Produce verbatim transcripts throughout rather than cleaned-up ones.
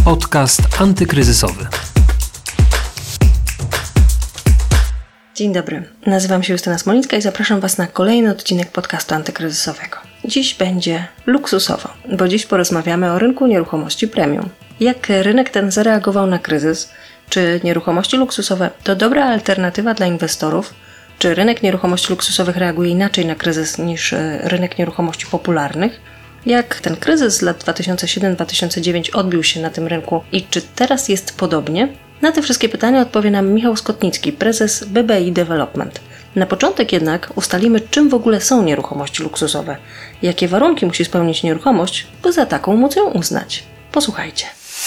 Podcast antykryzysowy. Dzień dobry, nazywam się Justyna Smolińska i zapraszam Was na kolejny odcinek podcastu antykryzysowego. Dziś będzie luksusowo, bo dziś porozmawiamy o rynku nieruchomości premium. Jak rynek ten zareagował na kryzys? Czy nieruchomości luksusowe to dobra alternatywa dla inwestorów? Czy rynek nieruchomości luksusowych reaguje inaczej na kryzys niż rynek nieruchomości popularnych? Jak ten kryzys z lat dwa tysiące siedem do dwa tysiące dziewięć odbił się na tym rynku i czy teraz jest podobnie? Na te wszystkie pytania odpowie nam Michał Skotnicki, prezes B B I Development. Na początek jednak ustalimy, czym w ogóle są nieruchomości luksusowe. Jakie warunki musi spełnić nieruchomość, by za taką móc ją uznać. Posłuchajcie.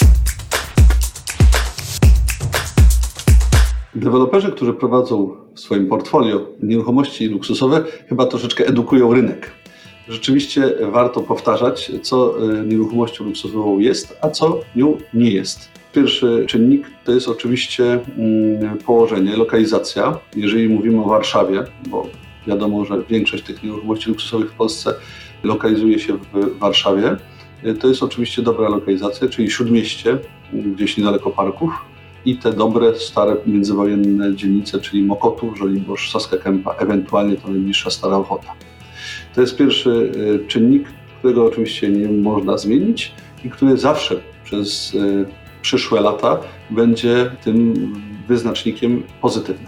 Deweloperzy, którzy prowadzą w swoim portfolio nieruchomości luksusowe, chyba troszeczkę edukują rynek. Rzeczywiście warto powtarzać, co nieruchomością luksusową jest, a co nią nie jest. Pierwszy czynnik to jest oczywiście położenie, lokalizacja. Jeżeli mówimy o Warszawie, bo wiadomo, że większość tych nieruchomości luksusowych w Polsce lokalizuje się w Warszawie, to jest oczywiście dobra lokalizacja, czyli Śródmieście, gdzieś niedaleko parków, i te dobre, stare, międzywojenne dzielnice, czyli Mokotów, Żoliborz, Saska Kępa, ewentualnie to najbliższa Stara Ochota. To jest pierwszy czynnik, którego oczywiście nie można zmienić i który zawsze przez przyszłe lata będzie tym wyznacznikiem pozytywnym.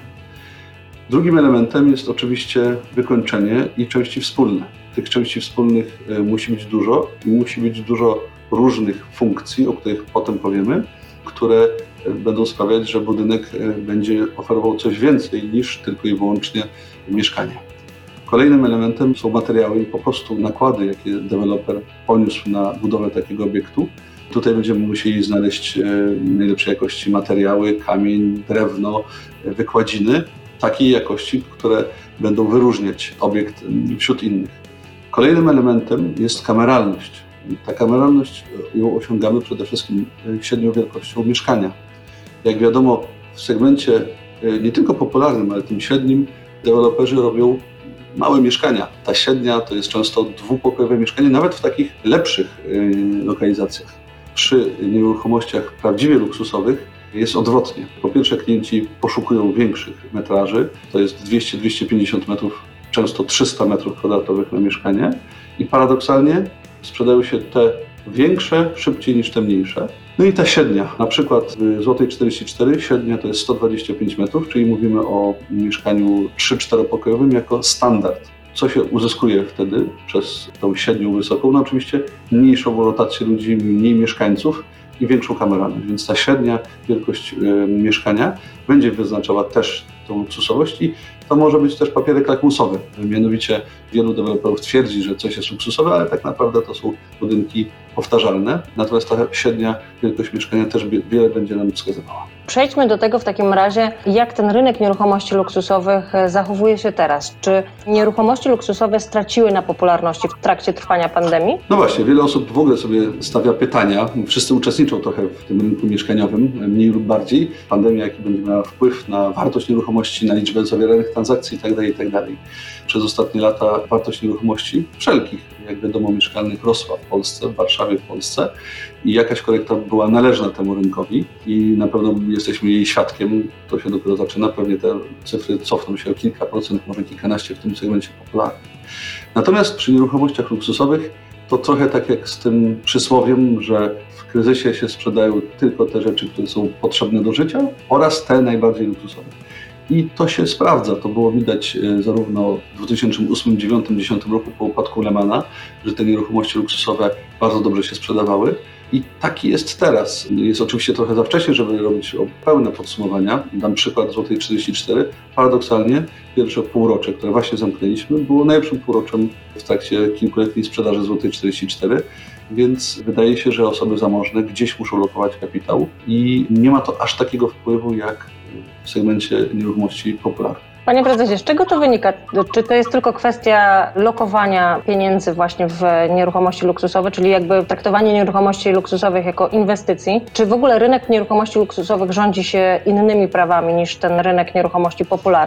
Drugim elementem jest oczywiście wykończenie i części wspólne. Tych części wspólnych musi być dużo i musi być dużo różnych funkcji, o których potem powiemy, które będą sprawiać, że budynek będzie oferował coś więcej niż tylko i wyłącznie mieszkanie. Kolejnym elementem są materiały i po prostu nakłady, jakie deweloper poniósł na budowę takiego obiektu. Tutaj będziemy musieli znaleźć najlepszej jakości materiały, kamień, drewno, wykładziny, takiej jakości, które będą wyróżniać obiekt wśród innych. Kolejnym elementem jest kameralność. Ta kameralność ją osiągamy przede wszystkim średnią wielkością mieszkania. Jak wiadomo, w segmencie nie tylko popularnym, ale tym średnim, deweloperzy robią małe mieszkania. Ta średnia to jest często dwupokojowe mieszkanie, nawet w takich lepszych lokalizacjach. Przy nieruchomościach prawdziwie luksusowych jest odwrotnie. Po pierwsze, klienci poszukują większych metraży, to jest dwieście do dwustu pięćdziesięciu metrów, często trzysta metrów kwadratowych na mieszkanie i paradoksalnie sprzedają się te większe szybciej niż te mniejsze. No i ta średnia, na przykład w Złotej czterdzieści cztery średnia to jest sto dwadzieścia pięć metrów, czyli mówimy o mieszkaniu trzy-czteropokojowym jako standard. Co się uzyskuje wtedy przez tą średnią wysoką? No oczywiście mniejszą rotację ludzi, mniej mieszkańców i większą kameralność, więc ta średnia wielkość y, mieszkania będzie wyznaczała też tą luksusowość i to może być też papierek lakmusowy. Mianowicie wielu deweloperów twierdzi, że coś jest luksusowe, ale tak naprawdę to są budynki powtarzalne. Natomiast ta średnia wielkość mieszkania też wiele będzie nam wskazywała. Przejdźmy do tego w takim razie, jak ten rynek nieruchomości luksusowych zachowuje się teraz. Czy nieruchomości luksusowe straciły na popularności w trakcie trwania pandemii? No właśnie, wiele osób w ogóle sobie stawia pytania. Wszyscy uczestniczą trochę w tym rynku mieszkaniowym, mniej lub bardziej. Pandemia, jaki będzie miała wpływ na wartość nieruchomości, na liczbę zawieranych transakcji itd., itd. Przez ostatnie lata wartość nieruchomości wszelkich, jak wiadomo, mieszkalnych rosła w Polsce, w Warszawie, w Polsce i jakaś korekta była należna temu rynkowi i na pewno jesteśmy jej świadkiem. To się dopiero zaczyna, pewnie te cyfry cofną się o kilka procent, może kilkanaście w tym segmencie popularnym. Natomiast przy nieruchomościach luksusowych to trochę tak jak z tym przysłowiem, że w kryzysie się sprzedają tylko te rzeczy, które są potrzebne do życia oraz te najbardziej luksusowe. I to się sprawdza. To było widać zarówno w dwa tysiące ósmym, dwa tysiące dziewiątym, dwa tysiące dziesiątym roku po upadku Lehmana, że te nieruchomości luksusowe bardzo dobrze się sprzedawały. I taki jest teraz. Jest oczywiście trochę za wcześnie, żeby robić pełne podsumowania. Dam przykład Złotej czterdzieści cztery. Paradoksalnie pierwsze półrocze, które właśnie zamknęliśmy, było najlepszym półroczem w trakcie kilkuletniej sprzedaży Złotej czterdzieści cztery. Więc wydaje się, że osoby zamożne gdzieś muszą lokować kapitał i nie ma to aż takiego wpływu jak w segmencie nieruchomości popularnych. Panie prezesie, z czego to wynika? Czy to jest tylko kwestia lokowania pieniędzy właśnie w nieruchomości luksusowe, czyli jakby traktowanie nieruchomości luksusowych jako inwestycji? Czy w ogóle rynek nieruchomości luksusowych rządzi się innymi prawami niż ten rynek nieruchomości popularnych?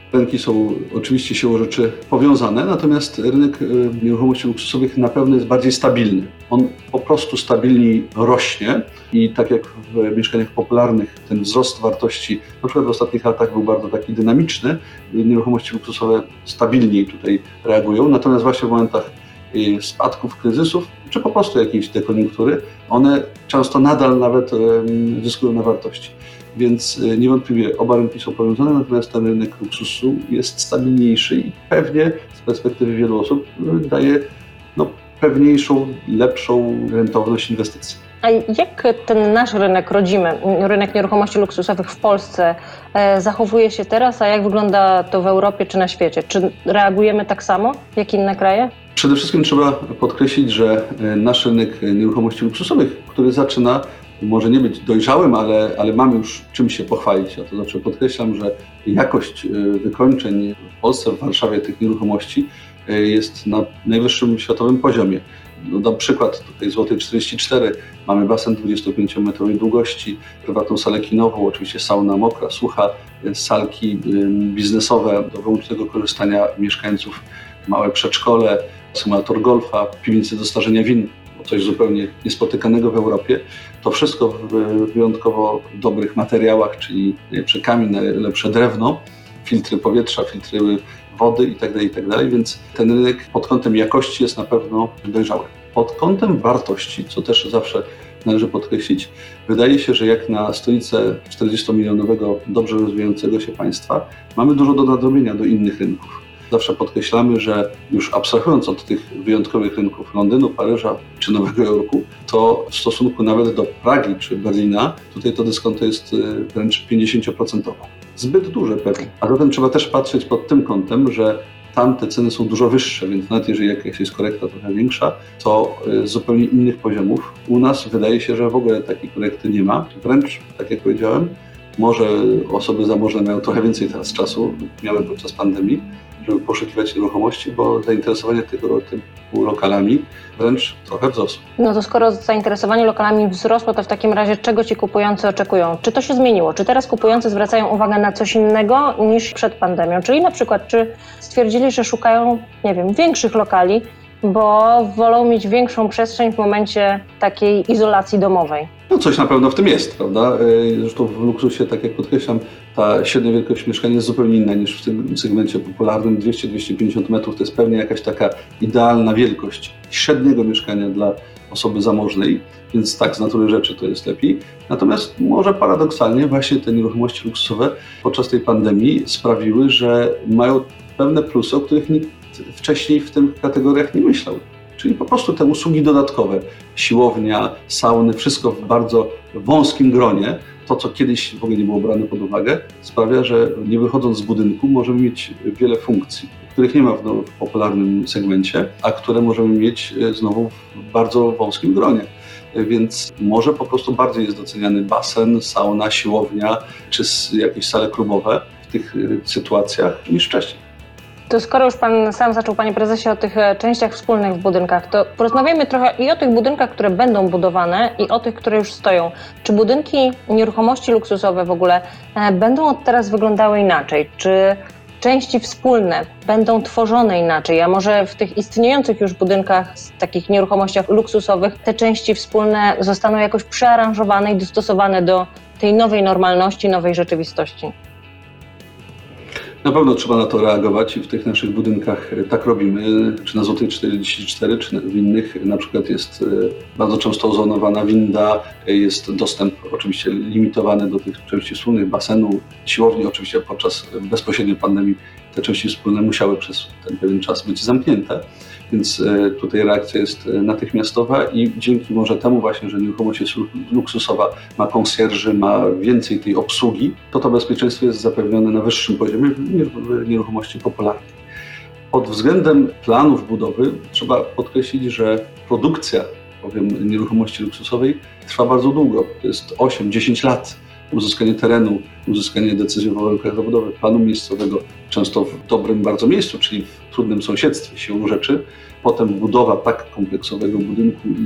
Rynki są oczywiście siłą rzeczy powiązane, natomiast rynek nieruchomości luksusowych na pewno jest bardziej stabilny. On po prostu stabilniej rośnie i tak jak w mieszkaniach popularnych ten wzrost wartości na przykład w ostatnich latach był bardzo taki dynamiczny, nieruchomości luksusowe stabilniej tutaj reagują, natomiast właśnie w momentach spadków, kryzysów, czy po prostu jakiejś dekoniunktury, one często nadal nawet zyskują na wartości. Więc niewątpliwie oba rynki są powiązane, natomiast ten rynek luksusu jest stabilniejszy i pewnie z perspektywy wielu osób daje no, pewniejszą, lepszą rentowność inwestycji. A jak ten nasz rynek rodzimy, rynek nieruchomości luksusowych w Polsce e, zachowuje się teraz, a jak wygląda to w Europie czy na świecie? Czy reagujemy tak samo jak inne kraje? Przede wszystkim trzeba podkreślić, że nasz rynek nieruchomości luksusowych, który zaczyna może nie być dojrzałym, ale, ale mamy już czym się pochwalić. Ja to znaczy podkreślam, że jakość wykończeń w Polsce, w Warszawie tych nieruchomości jest na najwyższym światowym poziomie. No, na przykład tutaj Złotej czterdzieści cztery mamy basen dwudziestopięciometrowej długości, prywatną salę kinową, oczywiście sauna mokra, sucha, salki biznesowe do wyłącznego korzystania mieszkańców, małe przedszkole, symulator golfa, piwnice do starzenia win, coś zupełnie niespotykanego w Europie. To wszystko w wyjątkowo dobrych materiałach, czyli najlepszy kamień, najlepsze drewno, filtry powietrza, filtry wody itd., itd., więc ten rynek pod kątem jakości jest na pewno dojrzały. Pod kątem wartości, co też zawsze należy podkreślić, wydaje się, że jak na stolicę czterdziestomilionowego, dobrze rozwijającego się państwa, mamy dużo do nadrobienia do innych rynków. Zawsze podkreślamy, że już abstrahując od tych wyjątkowych rynków Londynu, Paryża czy Nowego Jorku, to w stosunku nawet do Pragi czy Berlina, tutaj to dyskonto jest wręcz pięćdziesiąt procent. Zbyt duże pewnie. A zatem trzeba też patrzeć pod tym kątem, że tam te ceny są dużo wyższe, więc nawet jeżeli jakaś jest korekta trochę większa, to z zupełnie innych poziomów. U nas wydaje się, że w ogóle takiej korekty nie ma. Wręcz, tak jak powiedziałem, może osoby zamożne mają trochę więcej teraz czasu, miały podczas pandemii, żeby poszukiwać nieruchomości, bo zainteresowanie tego typu lokalami wręcz trochę wzrosło. No to skoro zainteresowanie lokalami wzrosło, to w takim razie czego ci kupujący oczekują? Czy to się zmieniło? Czy teraz kupujący zwracają uwagę na coś innego niż przed pandemią? Czyli na przykład, czy stwierdzili, że szukają, nie wiem, większych lokali, bo wolą mieć większą przestrzeń w momencie takiej izolacji domowej? No coś na pewno w tym jest, prawda? Zresztą w luksusie, tak jak podkreślam, ta średnia wielkość mieszkania jest zupełnie inna niż w tym segmencie popularnym. dwieście do dwustu pięćdziesięciu metrów to jest pewnie jakaś taka idealna wielkość średniego mieszkania dla osoby zamożnej, więc tak z natury rzeczy to jest lepiej. Natomiast może paradoksalnie właśnie te nieruchomości luksusowe podczas tej pandemii sprawiły, że mają pewne plusy, o których nikt wcześniej w tych kategoriach nie myślał. Czyli po prostu te usługi dodatkowe, siłownia, sauny, wszystko w bardzo wąskim gronie, to co kiedyś w ogóle nie było brane pod uwagę, sprawia, że nie wychodząc z budynku możemy mieć wiele funkcji, których nie ma w, no, w popularnym segmencie, a które możemy mieć znowu w bardzo wąskim gronie. Więc może po prostu bardziej jest doceniany basen, sauna, siłownia czy jakieś sale klubowe w tych sytuacjach niż wcześniej. To skoro już Pan sam zaczął, Panie Prezesie, o tych częściach wspólnych w budynkach, to porozmawiajmy trochę i o tych budynkach, które będą budowane i o tych, które już stoją. Czy budynki nieruchomości luksusowe w ogóle będą od teraz wyglądały inaczej? Czy części wspólne będą tworzone inaczej, a może w tych istniejących już budynkach, takich nieruchomościach luksusowych, te części wspólne zostaną jakoś przearanżowane i dostosowane do tej nowej normalności, nowej rzeczywistości? Na pewno trzeba na to reagować i w tych naszych budynkach tak robimy, czy na Złotej czterdzieści cztery, czy w innych na przykład jest bardzo często ozonowana winda, jest dostęp oczywiście limitowany do tych części wspólnych, basenu, siłowni. Oczywiście podczas bezpośredniej pandemii te części wspólne musiały przez ten pewien czas być zamknięte, więc tutaj reakcja jest natychmiastowa i dzięki może temu właśnie, że nieruchomość jest luksusowa, ma konsjerży, ma więcej tej obsługi, to to bezpieczeństwo jest zapewnione na wyższym poziomie niż w nieruchomości popularnej. Pod względem planów budowy trzeba podkreślić, że produkcja, powiem, nieruchomości luksusowej trwa bardzo długo, to jest osiem do dziesięciu lat. Uzyskanie terenu, uzyskanie decyzji o warunkach zabudowy, planu miejscowego, często w dobrym bardzo miejscu, czyli w trudnym sąsiedztwie siłą rzeczy. Potem budowa tak kompleksowego budynku i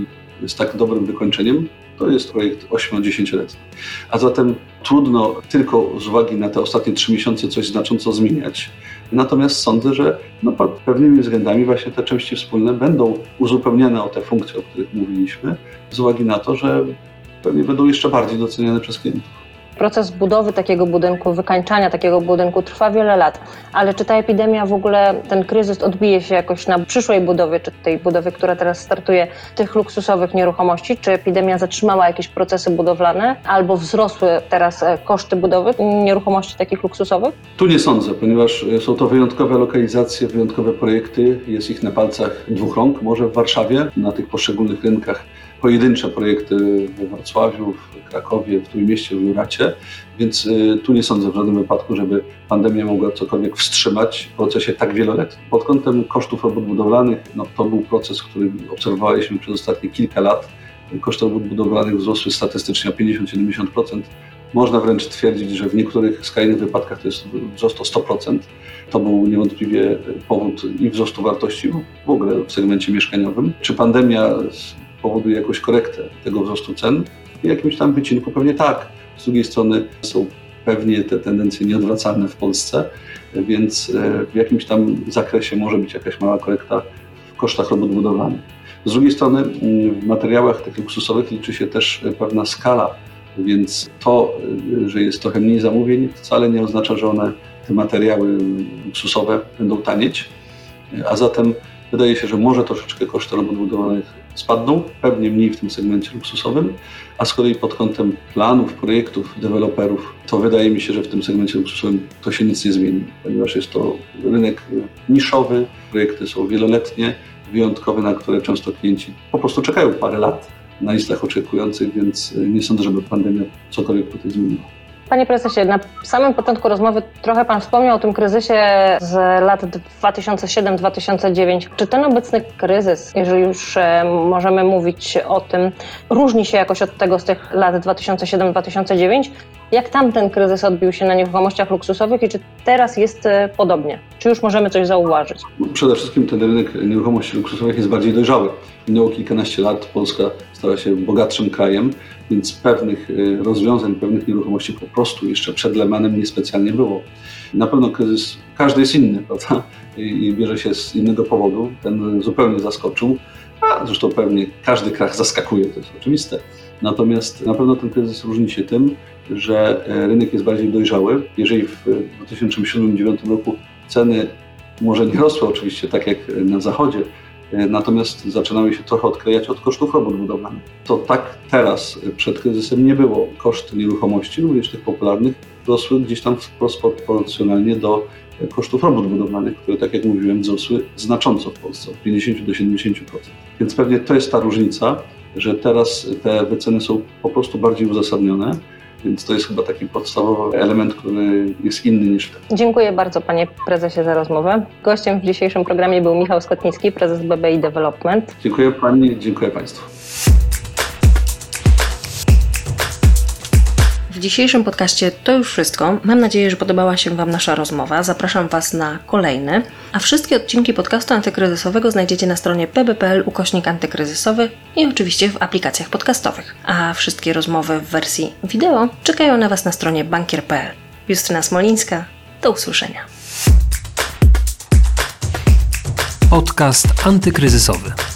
z tak dobrym wykończeniem, to jest projekt osiem-dziesięcioletni. A zatem trudno tylko z uwagi na te ostatnie trzy miesiące coś znacząco zmieniać. Natomiast sądzę, że no, pod pewnymi względami właśnie te części wspólne będą uzupełniane o te funkcje, o których mówiliśmy, z uwagi na to, że pewnie będą jeszcze bardziej doceniane przez klientów. Proces budowy takiego budynku, wykańczania takiego budynku trwa wiele lat, ale czy ta epidemia w ogóle, ten kryzys odbije się jakoś na przyszłej budowie, czy tej budowie, która teraz startuje, tych luksusowych nieruchomości? Czy epidemia zatrzymała jakieś procesy budowlane albo wzrosły teraz koszty budowy nieruchomości takich luksusowych? Tu nie sądzę, ponieważ są to wyjątkowe lokalizacje, wyjątkowe projekty, jest ich na palcach dwóch rąk, może w Warszawie, na tych poszczególnych rynkach. Pojedyncze projekty we Wrocławiu, w Krakowie, w Trójmieście, w Juracie, więc y, tu nie sądzę w żadnym wypadku, żeby pandemia mogła cokolwiek wstrzymać w procesie tak wieloletnim. Pod kątem kosztów robót budowlanych, no, to był proces, który obserwowaliśmy przez ostatnie kilka lat. Koszty robót budowlanych wzrosły statystycznie o pięćdziesiąt do siedemdziesięciu procent. Można wręcz twierdzić, że w niektórych skrajnych wypadkach to jest wzrost o sto procent. To był niewątpliwie powód i wzrostu wartości w ogóle w segmencie mieszkaniowym. Czy pandemia powoduje jakąś korektę tego wzrostu cen? W jakimś tam wycinku pewnie tak. Z drugiej strony są pewnie te tendencje nieodwracalne w Polsce, więc w jakimś tam zakresie może być jakaś mała korekta w kosztach robót budowlanych. Z drugiej strony w materiałach tych luksusowych liczy się też pewna skala, więc to, że jest trochę mniej zamówień, wcale nie oznacza, że one, te materiały luksusowe będą tanieć, a zatem wydaje się, że może troszeczkę koszty robót budowlanych spadną, pewnie mniej w tym segmencie luksusowym, a z kolei pod kątem planów, projektów, deweloperów, to wydaje mi się, że w tym segmencie luksusowym to się nic nie zmieni, ponieważ jest to rynek niszowy, projekty są wieloletnie, wyjątkowe, na które często klienci po prostu czekają parę lat na listach oczekujących, więc nie sądzę, żeby pandemia cokolwiek tutaj zmieniła. Panie prezesie, na samym początku rozmowy trochę pan wspomniał o tym kryzysie z lat dwa tysiące siódmy do dwa tysiące dziewiątego. Czy ten obecny kryzys, jeżeli już możemy mówić o tym, różni się jakoś od tego z tych lat dwa tysiące siódmy do dwa tysiące dziewiątego? Jak tam ten kryzys odbił się na nieruchomościach luksusowych i czy teraz jest podobnie? Czy już możemy coś zauważyć? Przede wszystkim ten rynek nieruchomości luksusowych jest bardziej dojrzały. Minęło kilkanaście lat, Polska stała się bogatszym krajem, więc pewnych rozwiązań, pewnych nieruchomości po prostu jeszcze przed Lehmanem niespecjalnie było. Na pewno kryzys, każdy jest inny, prawda? I, i bierze się z innego powodu. Ten zupełnie zaskoczył, a zresztą pewnie każdy krach zaskakuje, to jest oczywiste. Natomiast na pewno ten kryzys różni się tym, że rynek jest bardziej dojrzały. Jeżeli w dwa tysiące siódmym do dwa tysiące dziewiątego roku ceny może nie rosły oczywiście tak jak na zachodzie, natomiast zaczynały się trochę odklejać od kosztów robót budowlanych. To tak teraz przed kryzysem nie było. Koszty nieruchomości, również tych popularnych, rosły gdzieś tam wprost proporcjonalnie do kosztów robót budowlanych, które, tak jak mówiłem, wzrosły znacząco w Polsce, od pięćdziesięciu do siedemdziesięciu procent. Więc pewnie to jest ta różnica, że teraz te wyceny są po prostu bardziej uzasadnione, więc to jest chyba taki podstawowy element, który jest inny niż wtedy. Dziękuję bardzo panie prezesie za rozmowę. Gościem w dzisiejszym programie był Michał Skotnicki, prezes B B I Development. Dziękuję pani, dziękuję państwu. W dzisiejszym podcaście to już wszystko. Mam nadzieję, że podobała się Wam nasza rozmowa. Zapraszam Was na kolejny. A wszystkie odcinki podcastu antykryzysowego znajdziecie na stronie p b kropka p l ukośnik antykryzysowy i oczywiście w aplikacjach podcastowych. A wszystkie rozmowy w wersji wideo czekają na Was na stronie bankier kropka p l. Justyna Smolińska. Do usłyszenia. Podcast antykryzysowy.